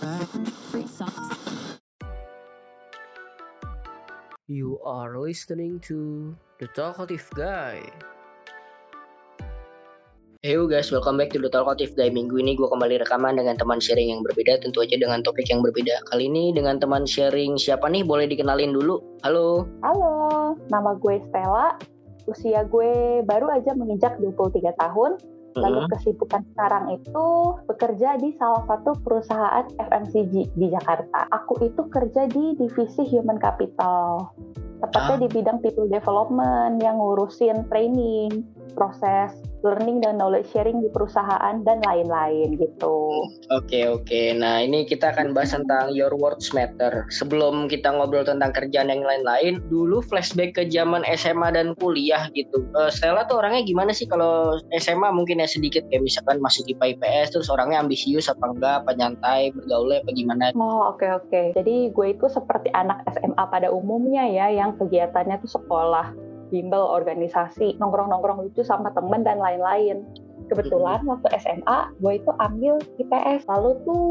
You are listening to The Talkative Guy. Hey guys, welcome back to The Talkative Guy. Minggu ini gue kembali rekaman dengan teman sharing yang berbeda, tentu aja dengan topik yang berbeda. Kali ini dengan teman sharing siapa nih? Boleh dikenalin dulu. Halo. Halo, nama gue Stella. Usia gue baru aja menginjak 23 tahun. Lalu kesibukan sekarang itu bekerja di salah satu perusahaan FMCG di Jakarta. Aku itu kerja di divisi Human Capital. Tepatnya di bidang people development yang ngurusin training, proses learning dan knowledge sharing di perusahaan dan lain-lain gitu. Oke. Nah ini kita akan bahas tentang Your Words Matter. Sebelum kita ngobrol tentang kerjaan yang lain-lain, dulu flashback ke zaman SMA dan kuliah gitu. Stella tuh orangnya gimana sih kalau SMA mungkin ya sedikit kayak misalkan masuk IPA IPS terus orangnya ambisius apa enggak, apa nyantai, bergaulnya apa gimana? Oke. Jadi gue itu seperti anak SMA pada umumnya ya, yang kegiatannya tuh sekolah, bimbel, organisasi, nongkrong-nongkrong lucu sama temen dan lain-lain. Kebetulan waktu SMA gue itu ambil IPS. Lalu tuh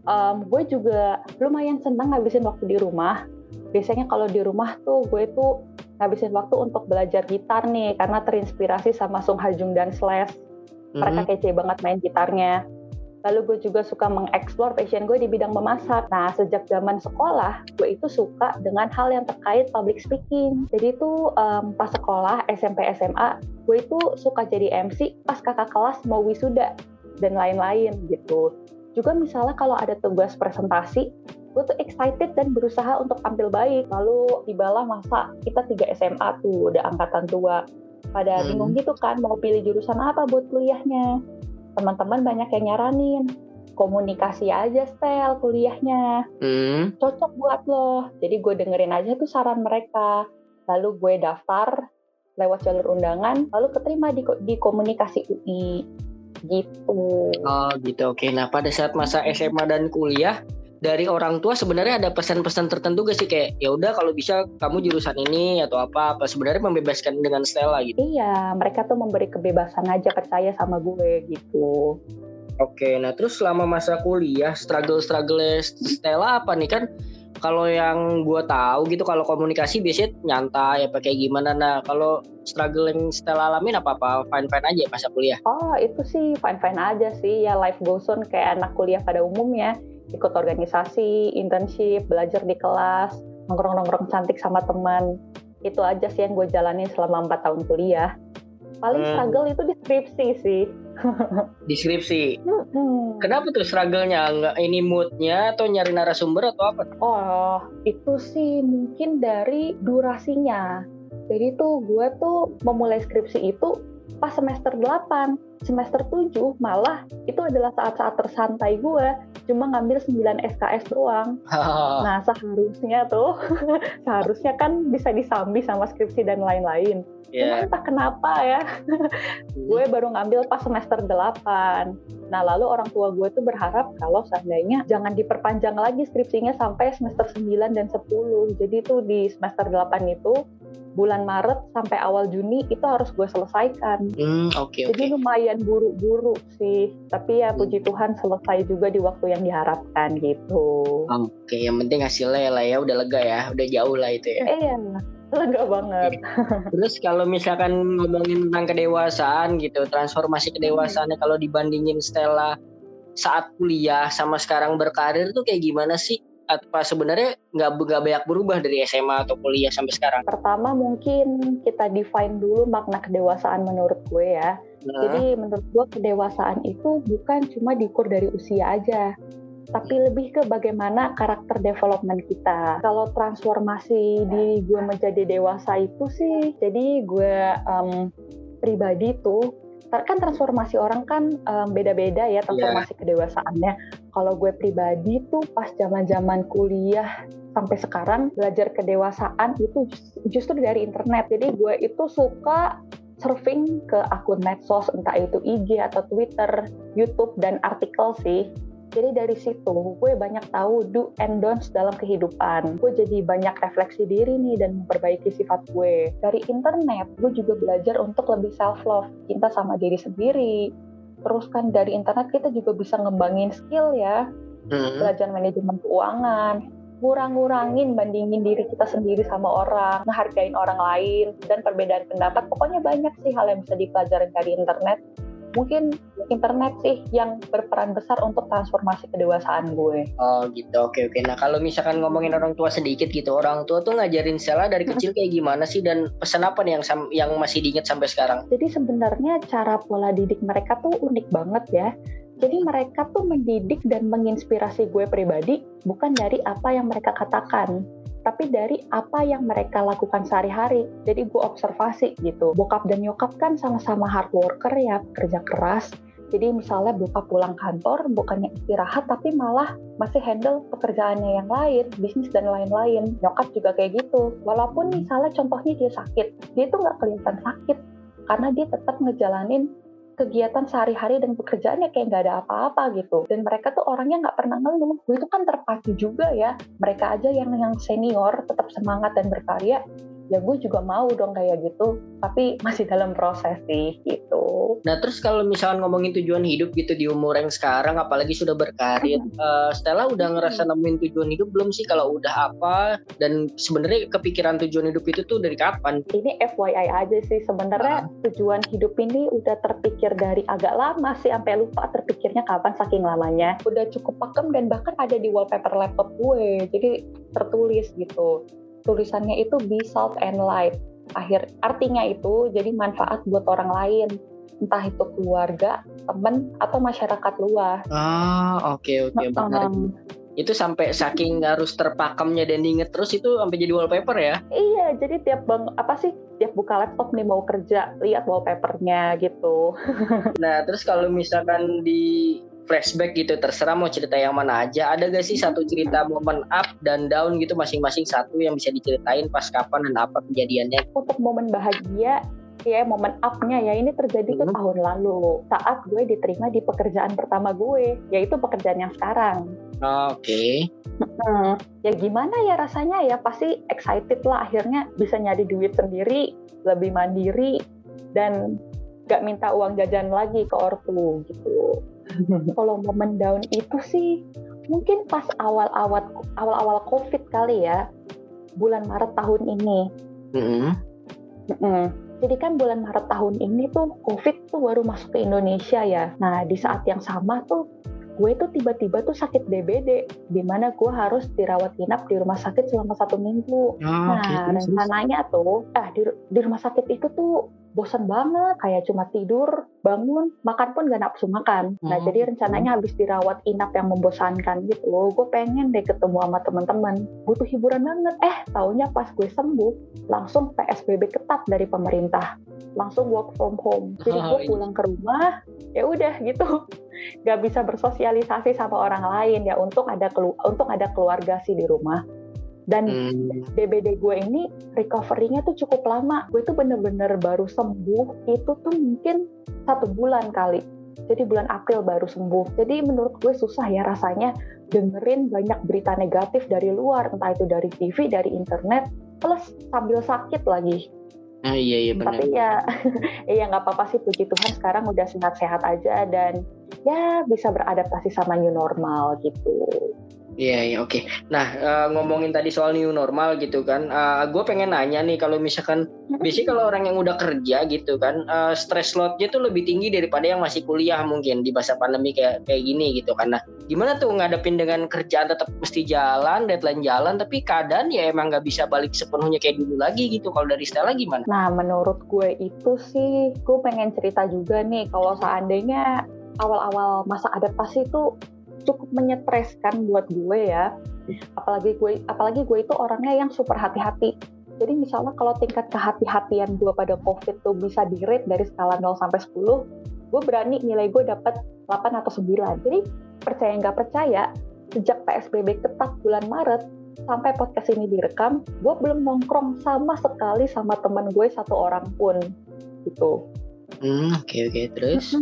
gue juga lumayan senang ngabisin waktu di rumah. Biasanya kalau di rumah tuh gue tuh ngabisin waktu untuk belajar gitar nih, karena terinspirasi sama Sung Ha Jung dan Slash. Mereka kece banget main gitarnya. Lalu gue juga suka mengeksplor passion gue di bidang memasak. Nah, sejak zaman sekolah, gue itu suka dengan hal yang terkait public speaking. Jadi itu pas sekolah, SMP, SMA, gue itu suka jadi MC pas kakak kelas mau wisuda dan lain-lain gitu. Juga misalnya kalau ada tugas presentasi, gue tuh excited dan berusaha untuk tampil baik. Lalu tibalah masa kita 3 SMA tuh, udah angkatan tua. Pada bingung gitu kan, mau pilih jurusan apa buat kuliahnya. Teman-teman banyak yang nyaranin, komunikasi aja Stel kuliahnya, cocok buat lo. Jadi gue dengerin aja tuh saran mereka. Lalu gue daftar lewat jalur undangan, lalu keterima di komunikasi UI gitu. Oh gitu, oke. Nah pada saat masa SMA dan kuliah, dari orang tua sebenarnya ada pesan-pesan tertentu gak sih, kayak ya udah kalau bisa kamu jurusan ini atau apa sebenarnya membebaskan dengan Stella gitu? Iya, mereka tuh memberi kebebasan aja, percaya sama gue gitu. Oke, nah terus selama masa kuliah struggle Stella apa nih? Kan kalau yang gue tahu gitu kalau komunikasi biasanya nyantai apa kayak gimana. Nah kalau struggle yang Stella alamin apa fine aja masa kuliah? Oh itu sih fine aja sih ya, life goes on kayak anak kuliah pada umumnya. Ikut organisasi, internship, belajar di kelas, nongkrong-nongkrong cantik sama teman. Itu aja sih yang gue jalanin selama 4 tahun kuliah. Paling struggle itu di skripsi sih. Di skripsi? Kenapa tuh struggle-nya? Nggak ini mood-nya atau nyari narasumber atau apa? Oh, itu sih mungkin dari durasinya. Jadi tuh gue tuh memulai skripsi itu pas semester 8. Semester 7 malah itu adalah saat-saat tersantai gue, cuma ngambil 9 SKS doang. Nah seharusnya kan bisa disambi sama skripsi dan lain-lain. Cuma entah kenapa ya, gue baru ngambil pas semester 8. Nah lalu orang tua gue tuh berharap kalau seandainya jangan diperpanjang lagi skripsinya sampai semester 9 dan 10. Jadi tuh di semester 8 itu bulan Maret sampai awal Juni itu harus gue selesaikan. Oke. Jadi lumayan buru-buru sih. Tapi ya puji Tuhan selesai juga di waktu yang diharapkan gitu. Oke, yang penting hasilnya lah ya udah lega ya, udah jauh lah itu ya. Iya, lega banget. Terus kalau misalkan ngomongin tentang kedewasaan gitu, transformasi kedewasaannya kalau dibandingin Stella saat kuliah sama sekarang berkarir tuh kayak gimana sih? Apa sebenarnya nggak banyak berubah dari SMA atau kuliah sampai sekarang? Pertama mungkin kita define dulu makna kedewasaan menurut gue ya. Jadi menurut gue kedewasaan itu bukan cuma diukur dari usia aja, tapi lebih ke bagaimana karakter development kita. Kalau transformasi di gue menjadi dewasa itu sih, jadi gue pribadi tuh, kan transformasi orang kan beda-beda ya transformasi kedewasaannya. Kalau gue pribadi tuh pas zaman-zaman kuliah sampai sekarang belajar kedewasaan itu justru dari internet. Jadi gue itu suka surfing ke akun medsos, entah itu IG atau Twitter, YouTube, dan artikel sih. Jadi dari situ gue banyak tahu do and don'ts dalam kehidupan. Gue jadi banyak refleksi diri nih dan memperbaiki sifat gue. Dari internet gue juga belajar untuk lebih self love, cinta sama diri sendiri. Terus kan dari internet kita juga bisa ngembangin skill ya. belajar manajemen keuangan, ngurang-ngurangin bandingin diri kita sendiri sama orang, ngehargain orang lain, dan perbedaan pendapat. Pokoknya banyak sih hal yang bisa dipelajarin dari internet. Mungkin internet sih yang berperan besar untuk transformasi kedewasaan gue. Oh gitu, oke. Nah kalau misalkan ngomongin orang tua sedikit gitu, orang tua tuh ngajarin Stella dari kecil kayak gimana sih, dan pesan apa nih yang masih diingat sampai sekarang? Jadi sebenarnya cara pola didik mereka tuh unik banget ya. Jadi mereka tuh mendidik dan menginspirasi gue pribadi bukan dari apa yang mereka katakan, tapi dari apa yang mereka lakukan sehari-hari. Jadi gue observasi gitu. Bokap dan nyokap kan sama-sama hard worker ya, kerja keras. Jadi misalnya bokap pulang kantor bukannya istirahat tapi malah masih handle pekerjaannya yang lain, bisnis dan lain-lain. Nyokap juga kayak gitu. Walaupun misalnya contohnya dia sakit, dia tuh nggak kelihatan sakit karena dia tetap ngejalanin kegiatan sehari-hari dan pekerjaannya kayak nggak ada apa-apa gitu. Dan mereka tuh orangnya nggak pernah ngeluh. Gue itu kan terpacu juga ya. Mereka aja yang senior tetap semangat dan berkarya. Ya gue juga mau dong kayak gitu. Tapi masih dalam proses sih gitu. Nah terus kalau misalkan ngomongin tujuan hidup gitu di umur yang sekarang, apalagi sudah berkarir, Stella udah ngerasa nemuin tujuan hidup belum sih? Kalau udah apa? Dan sebenarnya kepikiran tujuan hidup itu tuh dari kapan? Ini FYI aja sih, sebenarnya tujuan hidup ini udah terpikir dari agak lama sih, sampai lupa terpikirnya kapan saking lamanya. Udah cukup pakem dan bahkan ada di wallpaper laptop gue, jadi tertulis gitu. Tulisannya itu be salt and light. Artinya itu jadi manfaat buat orang lain, entah itu keluarga, temen, atau masyarakat luas. Oke. Benar. Itu sampai saking harus terpakemnya dan diinget terus itu sampai jadi wallpaper ya? Iya, jadi tiap buka laptop nih mau kerja, lihat wallpapernya gitu. Nah, terus kalau misalkan di flashback gitu, terserah mau cerita yang mana aja, ada gak sih satu cerita momen up dan down gitu masing-masing satu yang bisa diceritain pas kapan dan apa kejadiannya? Untuk momen bahagia, ya momen up-nya ya ini terjadi tuh tahun lalu saat gue diterima di pekerjaan pertama gue, yaitu pekerjaan yang sekarang. Oke. Ya gimana ya rasanya ya, pasti excited lah, akhirnya bisa nyari duit sendiri, lebih mandiri, dan gak minta uang jajan lagi ke ortu gitu. Kalau momen down itu sih mungkin pas awal-awal COVID kali ya, bulan Maret tahun ini. Jadi kan bulan Maret tahun ini tuh COVID tuh baru masuk ke Indonesia ya. Nah di saat yang sama tuh gue tuh tiba-tiba tuh sakit DBD, di mana gue harus dirawat inap di rumah sakit selama 1 minggu. Rencananya tuh di rumah sakit itu tuh bosan banget, kayak cuma tidur, bangun, makan pun gak nafsu makan. Nah jadi rencananya habis dirawat inap yang membosankan gitu, gue pengen deh ketemu sama teman-teman, butuh hiburan banget. Taunya pas gue sembuh langsung PSBB ketat dari pemerintah, langsung work from home. Jadi gue pulang ke rumah, ya udah gitu, gak bisa bersosialisasi sama orang lain ya. Untung ada keluarga sih di rumah. Dan DBD gue ini recovery-nya tuh cukup lama. Gue tuh bener-bener baru sembuh itu tuh mungkin 1 bulan kali. Jadi bulan April baru sembuh. Jadi menurut gue susah ya rasanya dengerin banyak berita negatif dari luar, entah itu dari TV, dari internet, plus sambil sakit lagi. Iya benar. Tapi ya nggak apa-apa sih, puji Tuhan sekarang udah sehat-sehat aja dan ya bisa beradaptasi sama new normal gitu. Iya, oke. Nah, ngomongin tadi soal new normal gitu kan, gue pengen nanya nih, kalau misalkan biasanya kalau orang yang udah kerja gitu kan, stress load-nya tuh lebih tinggi daripada yang masih kuliah mungkin di masa pandemi kayak gini gitu kan. Nah, gimana tuh ngadepin dengan kerjaan tetap mesti jalan, deadline jalan, tapi keadaan ya emang nggak bisa balik sepenuhnya kayak dulu lagi gitu. Kalau dari Stella gimana? Nah, menurut gue itu sih, gue pengen cerita juga nih, kalau seandainya awal-awal masa adaptasi itu cukup menyetreskan buat gue ya. Apalagi gue itu orangnya yang super hati-hati. Jadi misalnya kalau tingkat kehati-hatian gue pada COVID tuh bisa di-rate dari skala 0 sampai 10, gue berani nilai gue dapat 8 atau 9. Jadi percaya nggak percaya, sejak PSBB ketat bulan Maret sampai podcast ini direkam, gue belum nongkrong sama sekali sama teman gue 1 orang pun gitu. Oke, terus?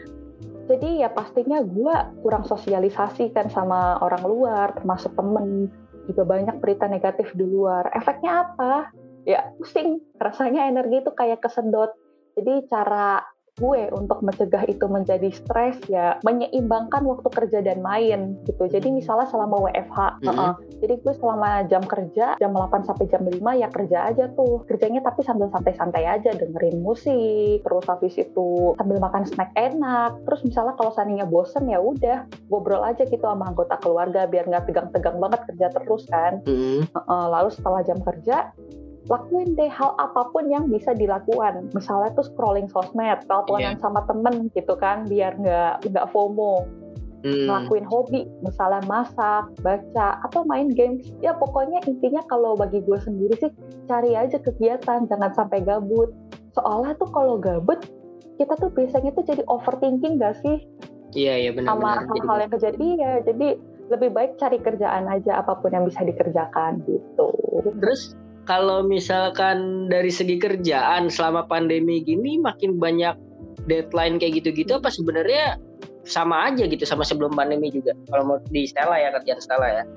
Jadi ya pastinya gue kurang sosialisasi kan sama orang luar, termasuk temen. Juga banyak berita negatif di luar. Efeknya apa? Ya pusing, rasanya energi itu kayak kesedot. Jadi cara gue untuk mencegah itu menjadi stres ya menyeimbangkan waktu kerja dan main gitu. Jadi misalnya selama WFH, jadi gue selama jam kerja jam 8 sampai jam 5 ya kerja aja tuh. Kerjanya tapi sambil santai-santai aja, dengerin musik, terus habis itu sambil makan snack enak. Terus misalnya kalau seandainya bosen ya udah ngobrol aja gitu sama anggota keluarga biar nggak tegang-tegang banget kerja terus kan. Lalu setelah jam kerja lakuin deh hal apapun yang bisa dilakukan. Misalnya tuh scrolling sosmed, teleponan sama temen gitu kan, biar nggak FOMO. Ngelakuin hobi, misalnya masak, baca, atau main games. Ya pokoknya intinya kalau bagi gue sendiri sih, cari aja kegiatan, jangan sampai gabut. Soalnya tuh kalau gabut, kita tuh biasanya tuh jadi overthinking gak sih? Iya benar-benar. Sama hal-hal yang kejadian. Jadi lebih baik cari kerjaan aja apapun yang bisa dikerjakan gitu. Terus kalau misalkan dari segi kerjaan selama pandemi gini makin banyak deadline kayak gitu-gitu apa sebenarnya sama aja gitu sama sebelum pandemi juga? Kalau mau di Stella ya, kerjaan Stella ya.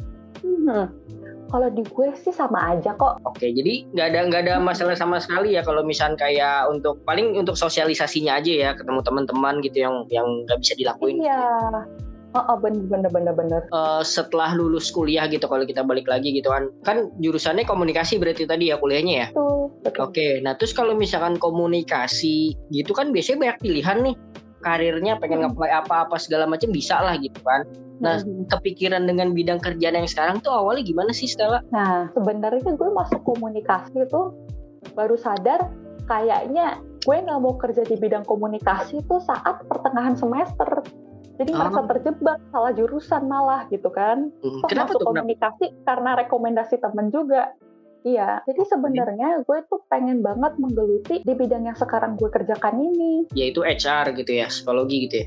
Kalau di gue sih sama aja kok. Oke, jadi nggak ada masalah sama sekali ya kalau misalkan kayak paling untuk sosialisasinya aja ya, ketemu teman-teman gitu yang nggak bisa dilakuin. Iya. Bener. Setelah lulus kuliah gitu, kalau kita balik lagi gitu kan jurusannya komunikasi berarti tadi ya kuliahnya ya? Betul. Oke, nah terus kalau misalkan komunikasi gitu kan biasanya banyak pilihan nih, karirnya pengen nge-apply apa-apa segala macam bisa lah gitu kan. Nah, kepikiran dengan bidang kerjaan yang sekarang tuh awalnya gimana sih Stella? Nah, sebenarnya gue masuk komunikasi tuh baru sadar kayaknya gue nggak mau kerja di bidang komunikasi tuh saat pertengahan semester. Jadi merasa terjebak, salah jurusan malah gitu kan. Kenapa masuk komunikasi karena rekomendasi temen juga. Iya, jadi sebenarnya gue tuh pengen banget menggeluti di bidang yang sekarang gue kerjakan ini. Yaitu HR gitu ya, psikologi gitu ya?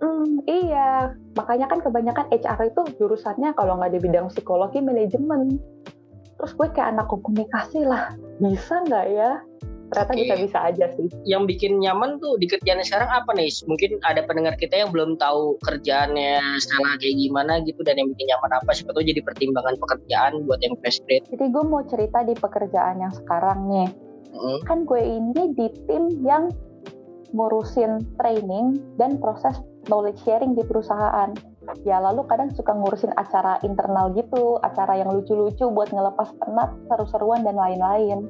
Iya, makanya kan kebanyakan HR itu jurusannya kalau nggak di bidang psikologi, manajemen. Terus gue kayak anak komunikasi lah, bisa nggak ya? Ternyata bisa-bisa aja sih. Yang bikin nyaman tuh di kerjaannya sekarang apa nih? Mungkin ada pendengar kita yang belum tahu kerjaannya Stella kayak gimana gitu, dan yang bikin nyaman apa, siapa tahu jadi pertimbangan pekerjaan buat yang fresh grade. Jadi gue mau cerita di pekerjaan yang sekarang nih. Kan gue ini di tim yang ngurusin training dan proses knowledge sharing di perusahaan. Ya lalu kadang suka ngurusin acara internal gitu, acara yang lucu-lucu buat ngelepas penat, seru-seruan dan lain-lain.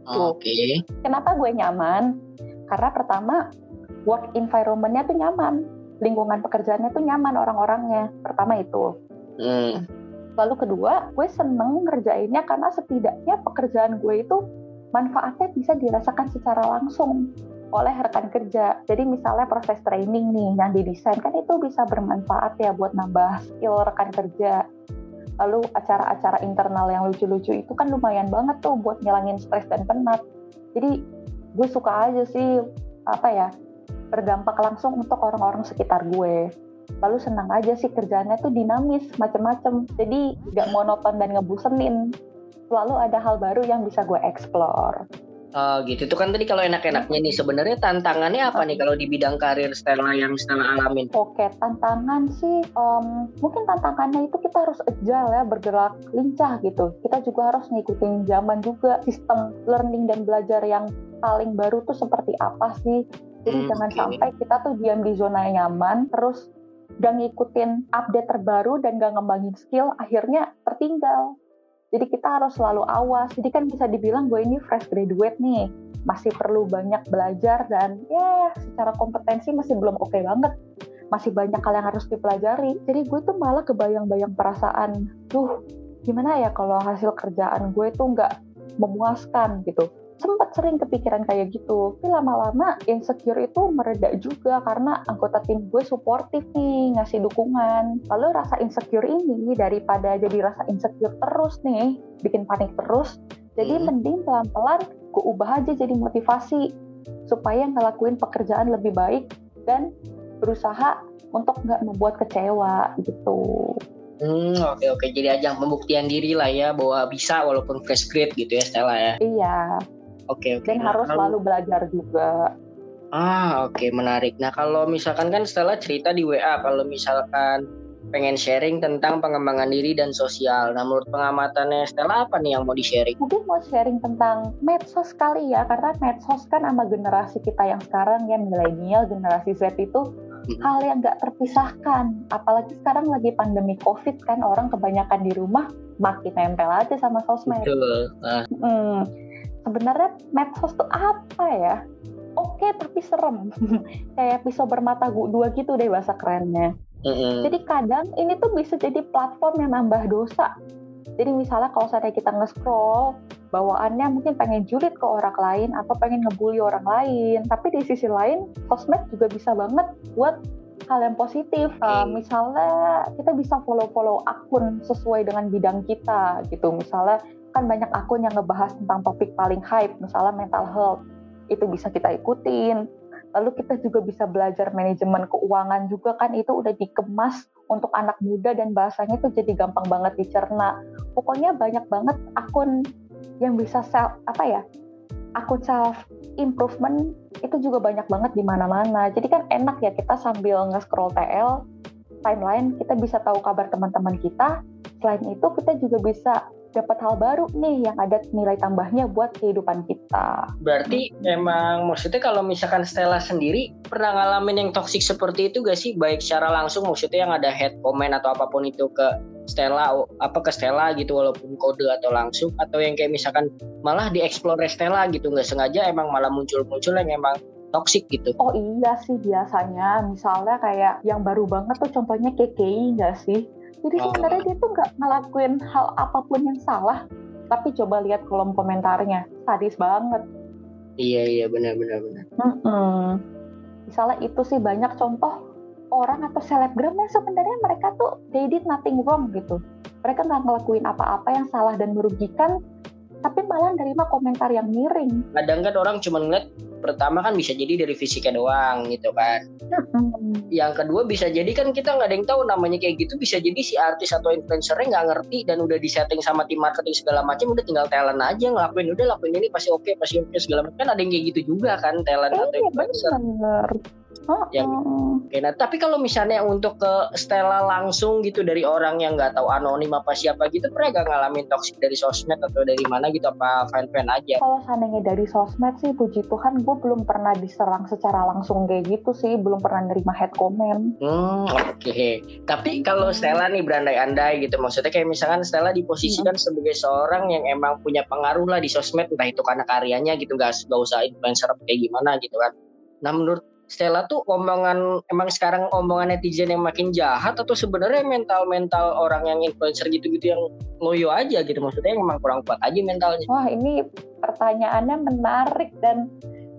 Oke. Kenapa gue nyaman? Karena pertama, work environment-nya tuh nyaman. Lingkungan pekerjaannya tuh nyaman orang-orangnya. Pertama itu. Lalu kedua, gue seneng ngerjainnya karena setidaknya pekerjaan gue itu manfaatnya bisa dirasakan secara langsung oleh rekan kerja. Jadi misalnya proses training nih yang didesain kan itu bisa bermanfaat ya buat nambah skill rekan kerja. Lalu acara-acara internal yang lucu-lucu itu kan lumayan banget tuh buat ngilangin stres dan penat. Jadi gue suka aja sih berdampak langsung untuk orang-orang sekitar gue. Lalu senang aja sih kerjaannya tuh dinamis, macem-macem. Jadi gak monoton dan ngebosenin. Selalu ada hal baru yang bisa gue explore. Gitu. Itu kan tadi kalau enak-enaknya nih, sebenarnya tantangannya apa nih kalau di bidang karir Stella yang Stella alamin? Oke, tantangan sih mungkin tantangannya itu kita harus agile ya, bergerak lincah gitu. Kita juga harus ngikutin zaman juga, sistem learning dan belajar yang paling baru tuh seperti apa sih. Jadi jangan sampai kita tuh diam di zona nyaman, terus gak ngikutin update terbaru dan gak ngembangin skill, akhirnya tertinggal. Jadi kita harus selalu awas. Jadi kan bisa dibilang gue ini fresh graduate nih, masih perlu banyak belajar dan ya secara kompetensi masih belum oke banget. Masih banyak hal yang harus dipelajari. Jadi gue tuh malah kebayang-bayang perasaan, gimana ya kalau hasil kerjaan gue tuh nggak memuaskan gitu. Sempat sering kepikiran kayak gitu, tapi lama-lama insecure itu mereda juga karena anggota tim gue suportif nih, ngasih dukungan. Lalu rasa insecure ini daripada jadi rasa insecure terus nih, bikin panik terus, jadi mending pelan-pelan gue ubah aja jadi motivasi supaya ngelakuin pekerjaan lebih baik dan berusaha untuk nggak membuat kecewa gitu. Oke. Jadi ajang pembuktian diri lah ya, bahwa bisa walaupun fresh grade gitu ya Stella ya. Iya. Oke. Dan harus selalu belajar juga. Oke, menarik. Nah kalau misalkan kan Stella cerita di WA kalau misalkan pengen sharing tentang pengembangan diri dan sosial. Nah, menurut pengamatannya Stella apa nih yang mau di-sharing? Mungkin mau sharing tentang medsos kali ya, karena medsos kan sama generasi kita yang sekarang ya, milenial, generasi Z itu hal yang nggak terpisahkan. Apalagi sekarang lagi pandemi COVID kan, orang kebanyakan di rumah makin nempel aja sama sosmed. Betul. Sebenarnya medsos tuh apa ya? Oke, tapi serem. Kayak pisau bermata dua gitu deh bahasa kerennya. Jadi kadang ini tuh bisa jadi platform yang nambah dosa. Jadi misalnya kalau saya kita nge-scroll, bawaannya mungkin pengen julid ke orang lain atau pengen ngebully orang lain. Tapi di sisi lain, sosmed juga bisa banget buat hal yang positif. Misalnya kita bisa follow-follow akun sesuai dengan bidang kita gitu. Misalnya kan banyak akun yang ngebahas tentang topik paling hype, misalnya mental health. Itu bisa kita ikutin. Lalu kita juga bisa belajar manajemen keuangan juga kan, itu udah dikemas untuk anak muda dan bahasanya tuh jadi gampang banget dicerna. Pokoknya banyak banget akun yang bisa akun self improvement itu juga banyak banget di mana-mana. Jadi kan enak ya kita sambil nge-scroll TL timeline, kita bisa tahu kabar teman-teman kita. Selain itu kita juga bisa dapat hal baru nih yang ada nilai tambahnya buat kehidupan kita. Berarti emang maksudnya kalau misalkan Stella sendiri pernah ngalamin yang toksik seperti itu gak sih? Baik secara langsung, maksudnya yang ada hate comment atau apapun itu ke Stella gitu, walaupun kode atau langsung, atau yang kayak misalkan malah dieksplor Stella gitu, nggak sengaja emang malah muncul-muncul yang emang toksik gitu. Oh iya sih, biasanya misalnya kayak yang baru banget tuh contohnya KKI nggak sih? Jadi sebenarnya dia tuh nggak ngelakuin hal apapun yang salah, tapi coba lihat kolom komentarnya, sadis banget. Iya benar. Misalnya itu sih banyak contoh orang atau selebgram yang sebenarnya mereka tuh they did nothing wrong gitu. Mereka nggak ngelakuin apa-apa yang salah dan merugikan, tapi malah nerima komentar yang miring. Kadang kan orang cuma ngeliat pertama kan bisa jadi dari fisiknya doang gitu kan. Yang kedua bisa jadi kan kita nggak ada yang tahu namanya kayak gitu, bisa jadi si artis atau influencernya nggak ngerti dan udah disetting sama tim marketing segala macam, udah tinggal talent aja lakuin ini pasti oke segala macam. Kan ada yang kayak gitu juga kan, talent atau influencer. Bener. Oke, nah tapi kalau misalnya untuk ke Stella langsung gitu dari orang yang nggak tahu anonim apa siapa gitu, pernah gak ngalamin toxic dari sosmed atau dari mana gitu, apa fan-fan aja? Kalau seandainya dari sosmed sih, puji Tuhan gue belum pernah diserang secara langsung kayak gitu sih, belum pernah nerima hate comment. Oke. Tapi kalau Stella nih berandai-andai gitu, maksudnya kayak misalkan Stella diposisikan sebagai seorang yang emang punya pengaruh lah di sosmed, entah itu karena karyanya gitu, nggak usah influencer kayak gimana gitu kan. Nah menurut Stella tuh emang sekarang omongan netizen yang makin jahat, atau sebenarnya mental orang yang influencer gitu-gitu yang loyo aja gitu, maksudnya yang emang kurang kuat aja mentalnya? Wah, ini pertanyaannya menarik dan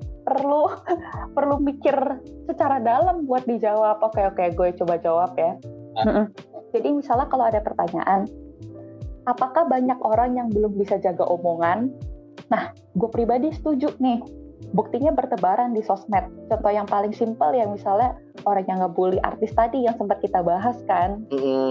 perlu mikir secara dalam buat dijawab. Oke, gue coba jawab ya. Jadi misalnya kalau ada pertanyaan, apakah banyak orang yang belum bisa jaga omongan? Nah, gue pribadi setuju nih. Buktinya bertebaran di sosmed. Contoh yang paling simpel ya, misalnya orang yang ngebully artis tadi yang sempat kita bahas kan.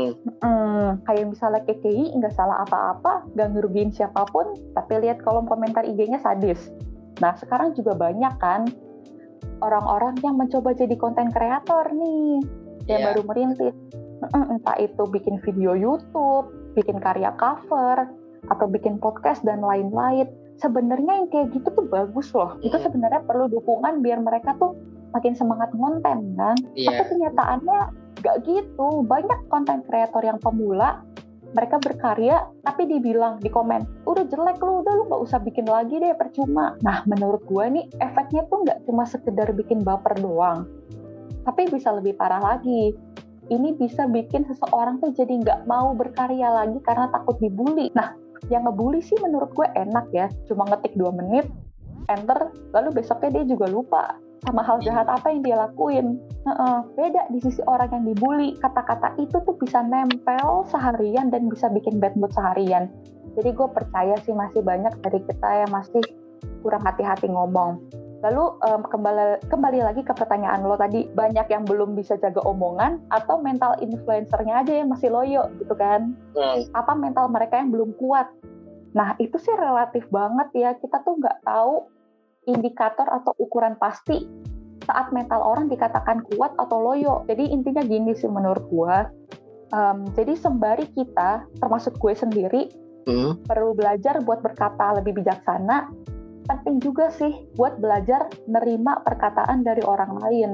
Kayak misalnya KKI nggak salah apa-apa, nggak ngerugiin siapapun, tapi lihat kolom komentar IG-nya sadis. Nah sekarang juga banyak kan orang-orang yang mencoba jadi konten kreator nih, yang baru merintis. Entah itu bikin video YouTube, bikin karya cover, atau bikin podcast dan lain-lain. Sebenarnya yang kayak gitu tuh bagus loh. Itu sebenarnya perlu dukungan biar mereka tuh makin semangat konten kan. Tapi kenyataannya gak gitu. Banyak konten kreator yang pemula, mereka berkarya tapi dibilang di komen, udah jelek lu gak usah bikin lagi deh, percuma. Nah menurut gue nih efeknya tuh gak cuma sekedar bikin baper doang, tapi bisa lebih parah lagi. Ini bisa bikin seseorang tuh jadi gak mau berkarya lagi karena takut dibully. Nah yang ngebully sih menurut gue enak ya, cuma ngetik 2 menit, enter, lalu besoknya dia juga lupa sama hal jahat apa yang dia lakuin. Beda di sisi orang yang dibully, kata-kata itu tuh bisa nempel seharian dan bisa bikin bad mood seharian. Jadi gue percaya sih masih banyak dari kita yang masih kurang hati-hati ngomong. Lalu kembali lagi ke pertanyaan lo tadi, banyak yang belum bisa jaga omongan atau mental influencernya aja yang masih loyo gitu kan? Apa mental mereka yang belum kuat? Nah itu sih relatif banget ya, kita tuh nggak tahu indikator atau ukuran pasti saat mental orang dikatakan kuat atau loyo. Jadi intinya gini sih menurut gua, Jadi sembari kita, termasuk gue sendiri, perlu belajar buat berkata lebih bijaksana, penting juga sih buat belajar nerima perkataan dari orang lain.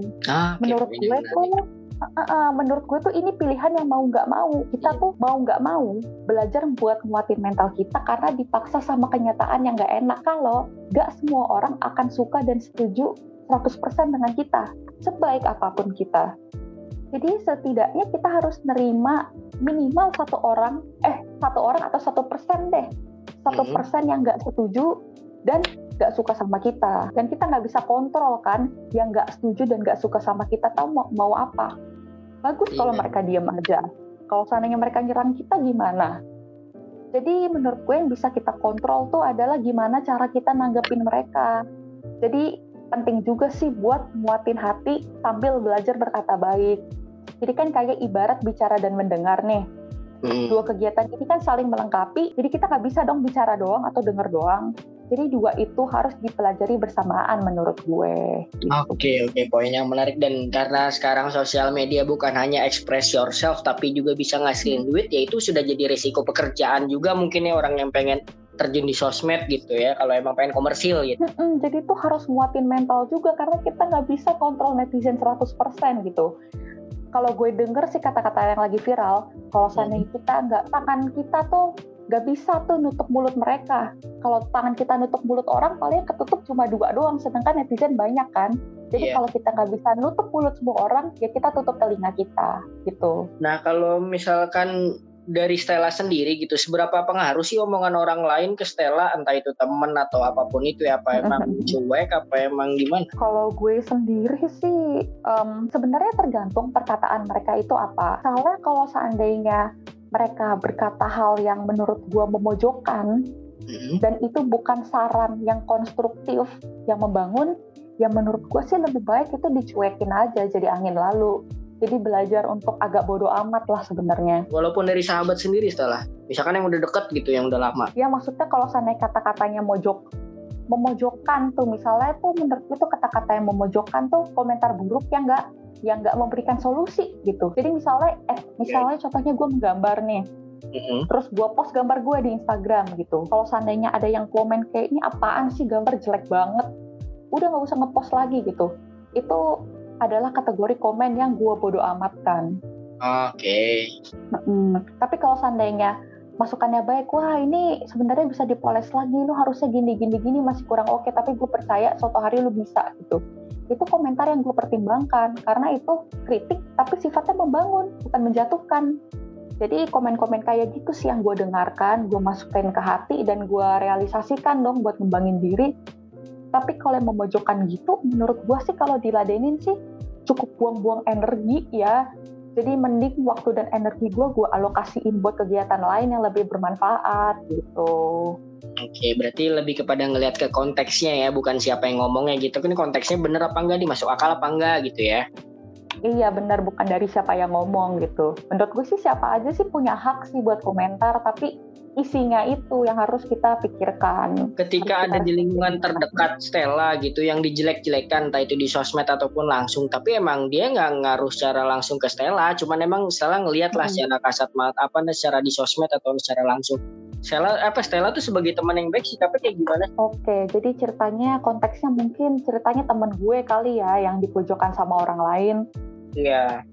Menurut gue tuh ini pilihan yang mau nggak mau. Kita tuh mau nggak mau belajar buat nguatin mental kita karena dipaksa sama kenyataan yang nggak enak. Kalau nggak semua orang akan suka dan setuju 100% dengan kita, sebaik apapun kita. Jadi setidaknya kita harus nerima minimal satu orang atau 1% deh. 1% yang nggak setuju dan nggak suka sama kita. Dan kita nggak bisa kontrol kan yang nggak setuju dan nggak suka sama kita tahu mau apa. Bagus kalau mereka diam aja. Kalau seandainya mereka nyerang kita gimana? Jadi menurut gue yang bisa kita kontrol tuh adalah gimana cara kita nanggepin mereka. Jadi penting juga sih buat nguatin hati sambil belajar berkata baik. Jadi kan kayak ibarat bicara dan mendengar nih. Dua kegiatan ini kan saling melengkapi, jadi kita nggak bisa dong bicara doang atau dengar doang. Jadi dua itu harus dipelajari bersamaan menurut gue. Oke, poin yang menarik. Dan karena sekarang sosial media bukan hanya express yourself, tapi juga bisa ngasihin duit, ya itu sudah jadi risiko pekerjaan juga mungkin ya orang yang pengen terjun di sosmed gitu ya, kalau emang pengen komersil gitu. Jadi itu harus nguatin mental juga, karena kita nggak bisa kontrol netizen 100% gitu. Kalau gue denger sih kata-kata yang lagi viral, kalau seandainya tangan kita tuh nggak bisa tuh nutup mulut mereka. Kalau tangan kita nutup mulut orang, paling ketutup cuma 2 doang, sedangkan netizen banyak kan. Jadi kalau kita nggak bisa nutup mulut semua orang, ya kita tutup telinga kita gitu. Nah kalau misalkan dari Stella sendiri gitu, seberapa pengaruh sih omongan orang lain ke Stella, entah itu temen atau apapun itu ya, apa emang cuek, apa emang gimana? Kalau gue sendiri sih sebenarnya tergantung perkataan mereka itu apa. Soalnya kalau seandainya mereka berkata hal yang menurut gue memojokkan dan itu bukan saran yang konstruktif, yang membangun, ya menurut gue sih lebih baik itu dicuekin aja jadi angin lalu. Jadi belajar untuk agak bodo amat lah sebenarnya. Walaupun dari sahabat sendiri Stella, misalkan yang udah deket gitu, yang udah lama. Ya maksudnya kalau seandainya kata-katanya memojokkan tuh, misalnya tuh menurut gue tuh kata-kata yang memojokkan tuh komentar buruk yang nggak memberikan solusi gitu. Jadi misalnya contohnya gue menggambar nih, terus gue post gambar gue di Instagram gitu. Kalau seandainya ada yang komen kayak ini apaan sih, gambar jelek banget, udah nggak usah ngepost lagi gitu. Itu adalah kategori komen yang gue bodo amatkan. Tapi kalau seandainya masukannya baik, wah ini sebenarnya bisa dipoles lagi, lu harusnya gini masih kurang oke, tapi gue percaya suatu hari lu bisa gitu. Itu komentar yang gue pertimbangkan karena itu kritik tapi sifatnya membangun, bukan menjatuhkan. Jadi komen-komen kayak gitu sih yang gue dengarkan, gue masukin ke hati dan gue realisasikan dong buat ngembangin diri. Tapi kalau yang memojokkan gitu, menurut gue sih kalau diladenin sih cukup buang-buang energi ya. Jadi mending waktu dan energi gue alokasiin buat kegiatan lain yang lebih bermanfaat gitu. Oke, berarti lebih kepada ngelihat ke konteksnya ya, bukan siapa yang ngomongnya gitu. Ini konteksnya bener apa enggak, masuk akal apa enggak gitu ya. Iya benar, bukan dari siapa yang ngomong gitu. Menurut gue sih siapa aja sih punya hak sih buat komentar, tapi isinya itu yang harus kita pikirkan. Ketika ada di lingkungan terdekat Stella gitu yang dijelek-jelekan, entah itu di sosmed ataupun langsung, tapi emang dia nggak ngaruh secara langsung ke Stella, cuman emang Stella ngelihat lah secara kasat mata, secara di sosmed atau secara langsung. Stella tuh sebagai teman yang baik sikapnya kayak gimana? Oke, jadi konteksnya mungkin ceritanya temen gue kali ya yang dipojokkan sama orang lain. Iya.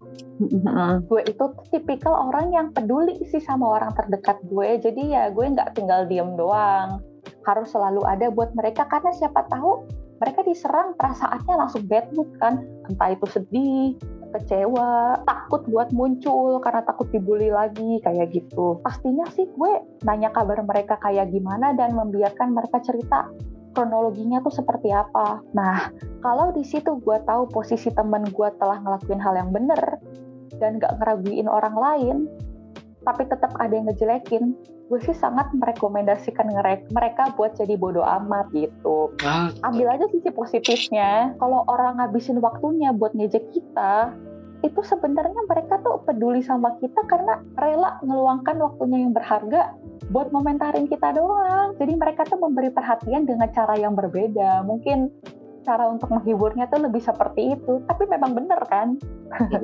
Gue itu tipikal orang yang peduli sih sama orang terdekat gue, jadi ya gue nggak tinggal diem doang, harus selalu ada buat mereka karena siapa tahu mereka diserang perasaannya langsung bad mood kan, entah itu sedih, kecewa, takut buat muncul karena takut dibully lagi kayak gitu. Pastinya sih gue nanya kabar mereka kayak gimana dan membiarkan mereka cerita kronologinya tuh seperti apa. Nah, kalau di situ gue tahu posisi temen gue telah ngelakuin hal yang bener dan gak ngeraguin orang lain, tapi tetap ada yang ngejelekin, gue sih sangat merekomendasikan mereka buat jadi bodo amat gitu. Ambil aja sisi positifnya. Kalau orang ngabisin waktunya buat ngejek kita, itu sebenarnya mereka tuh peduli sama kita karena rela ngeluangkan waktunya yang berharga buat komentarin kita doang. Jadi mereka tuh memberi perhatian dengan cara yang berbeda. Mungkin cara untuk menghiburnya tuh lebih seperti itu. Tapi memang bener kan?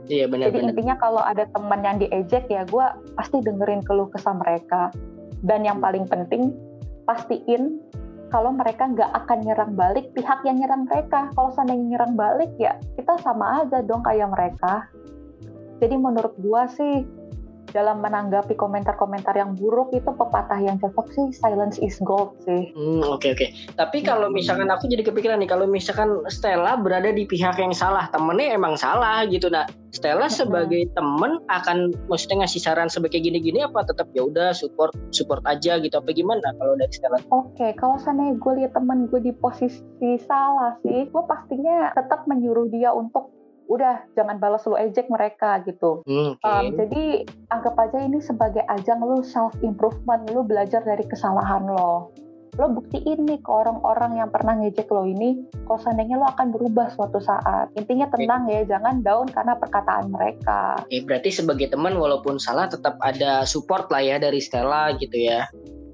Iya Jadi benar-benar. intinya kalau ada teman yang diejek ya gue pasti dengerin keluh kesah mereka. Dan yang paling penting pastiin kalau mereka nggak akan nyerang balik pihak yang nyerang mereka. Kalau seandainya nyerang balik ya kita sama aja dong kayak mereka. Jadi menurut gue sih dalam menanggapi komentar-komentar yang buruk itu pepatah yang cocok sih silence is gold sih. Oke. Tapi kalau misalkan aku jadi kepikiran nih, kalau misalkan Stella berada di pihak yang salah, temennya emang salah gitu. Nah, Stella sebagai temen akan maksudnya ngasih saran sebagai gini-gini apa tetap ya udah support aja gitu apa gimana kalau dari Stella? Oke, kalau seandainya gue lihat temen gue di posisi salah sih, gue pastinya tetap menyuruh dia untuk udah jangan balas lu ejek mereka gitu. Oke. Jadi anggap aja ini sebagai ajang lu self improvement, lu belajar dari kesalahan lo. Lo buktiin nih ke orang-orang yang pernah ngejek lo ini, kalau seandainya lo akan berubah suatu saat. Intinya tenang ya, jangan down karena perkataan mereka. Oke, berarti sebagai teman walaupun salah tetap ada support lah ya dari Stella gitu ya.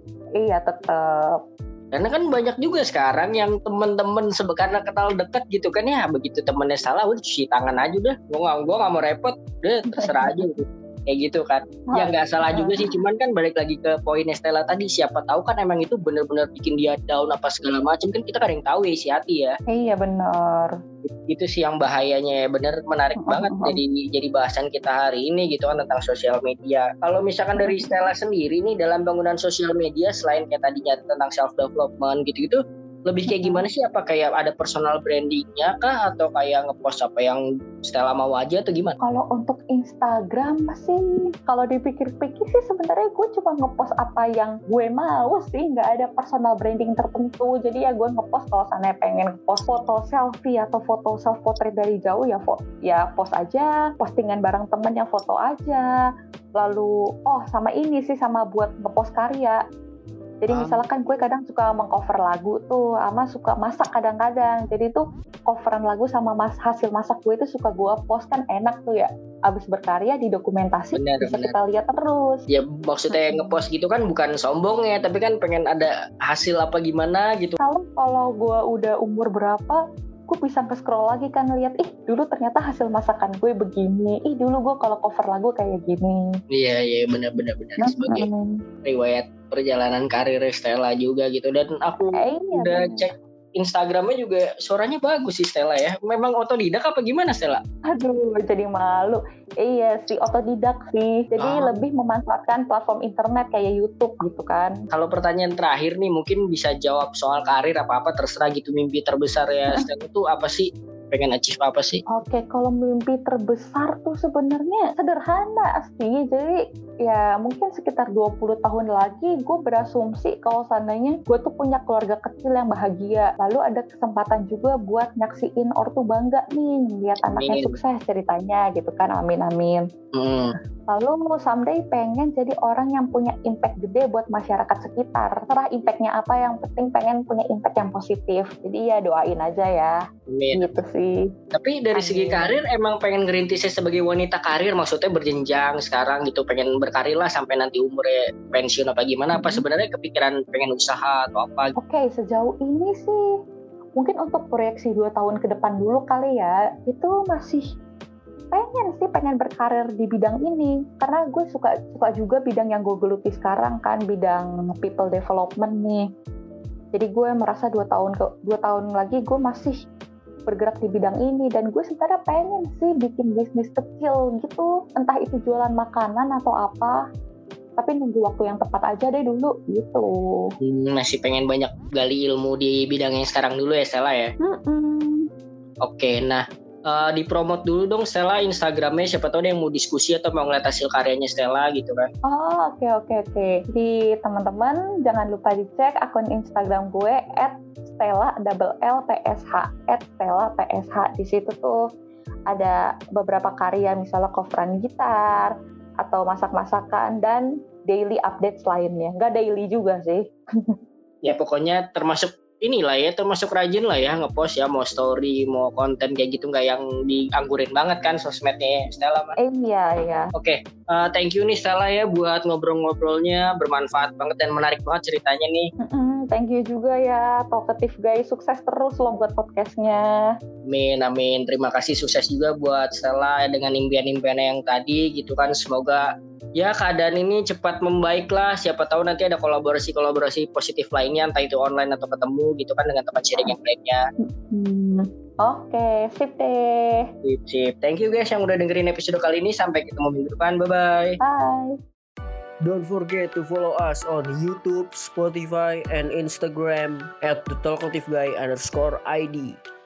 Iya tetap. Karena kan banyak juga sekarang yang temen-temen karena kenal dekat gitu kan ya, begitu temennya salah udah cuci tangan aja udah, gua nggak mau repot, udah terserah aja gitu. Kayak gitu kan. Ya nggak salah juga sih, cuman kan balik lagi ke poinnya Stella tadi, siapa tahu kan emang itu benar-benar bikin dia down apa segala macam, kan kita kadang tahu ya isi hati ya. Iya benar. Itu sih yang bahayanya ya, bener menarik banget jadi bahasan kita hari ini gitu kan tentang sosial media. Kalau misalkan dari Stella sendiri nih dalam penggunaan sosial media selain kayak tadinya tentang self development gitu-gitu, lebih kayak gimana sih? Apa kayak ada personal brandingnya kah atau kayak ngepost apa yang Stella mau aja atau gimana? Kalau untuk Instagram sih, kalau dipikir-pikir sih sebenarnya gue cuma ngepost apa yang gue mau sih, nggak ada personal branding tertentu. Jadi ya gue ngepost kalau seandainya pengen post foto selfie atau foto self portrait dari jauh ya post aja, postingan bareng temen yang foto aja. Lalu sama ini sih sama buat ngepost karya. Jadi misalkan gue kadang suka mengcover lagu tuh, sama suka masak kadang-kadang. Jadi tuh coveran lagu sama hasil masak gue itu suka gue post, kan enak tuh ya. Abis berkarya didokumentasi bisa kita lihat terus. Ya maksudnya ngepost gitu kan bukan sombong ya, tapi kan pengen ada hasil apa gimana gitu. Kalau gue udah umur berapa, gue bisa ke-scroll lagi kan lihat, dulu ternyata hasil masakan gue begini, dulu gue kalau cover lagu kayak gini. Iya benar sebagai riwayat perjalanan karir Stella juga gitu. Dan aku udah cek Instagramnya juga suaranya bagus sih Stella ya. Memang otodidak apa gimana Stella? Aduh jadi malu. Iya sih otodidak sih. Jadi lebih memanfaatkan platform internet kayak YouTube gitu kan. Kalau pertanyaan terakhir nih mungkin bisa jawab soal karir apa-apa terserah gitu, mimpi terbesar ya Stella itu apa sih? Pengen achieve apa sih? Oke, kalau mimpi terbesar tuh sebenarnya sederhana sih. Jadi ya mungkin sekitar 20 tahun lagi gue berasumsi kalau seandainya gue tuh punya keluarga kecil yang bahagia. Lalu ada kesempatan juga buat nyaksiin ortu bangga nih, lihat anaknya sukses ceritanya gitu kan. Amin. Lalu someday pengen jadi orang yang punya impact gede buat masyarakat sekitar. Terserah impactnya apa, yang penting pengen punya impact yang positif. Jadi ya doain aja ya. Amin. Gitu sih. Tapi dari segi karir emang pengen ngerintisnya sebagai wanita karir, maksudnya berjenjang sekarang gitu, pengen berkarir lah sampai nanti umurnya pensiun apa gimana, apa sebenarnya kepikiran pengen usaha atau apa? Oke, sejauh ini sih mungkin untuk proyeksi 2 tahun ke depan dulu kali ya, itu masih pengen berkarir di bidang ini karena gue suka juga bidang yang gue geluti sekarang kan, bidang people development nih. Jadi gue merasa 2 tahun lagi gue masih bergerak di bidang ini, dan gue sebenarnya pengen sih bikin bisnis kecil gitu, entah itu jualan makanan atau apa, tapi nunggu waktu yang tepat aja deh dulu gitu. Masih pengen banyak gali ilmu di bidang yang sekarang dulu ya Stella ya. Oke, nah dipromot dulu dong Stella Instagramnya, siapa tahu ada yang mau diskusi atau mau ngeliat hasil karyanya Stella gitu kan. Oke. Jadi teman-teman jangan lupa dicek akun Instagram gue @Stella_LPSH @StellaPSH. Di situ tuh ada beberapa karya, misalnya coveran gitar atau masak-masakan dan daily updates lainnya. Nggak daily juga sih. Ya pokoknya termasuk inilah ya, termasuk rajin lah ya ngepost ya, mau story, mau konten kayak gitu, nggak yang dianggurin banget kan sosmednya ya, Stella mah. Iya. Oke, thank you nih Stella ya buat ngobrol-ngobrolnya, bermanfaat banget dan menarik banget ceritanya nih. Thank you juga ya, Talkative Guys. Sukses terus loh buat podcastnya. Amin. Terima kasih, sukses juga buat Stella dengan impian-impiannya yang tadi gitu kan. Semoga ya keadaan ini cepat membaik lah. Siapa tahu nanti ada kolaborasi positif lainnya, entah itu online atau ketemu gitu kan dengan teman sharing yang lainnya. Oke, sip deh. Sip. Thank you guys yang udah dengerin episode kali ini. Sampai ketemu minggu depan. Bye-bye. Bye. Don't forget to follow us on YouTube, Spotify, and Instagram @thetalkativeguy_ID.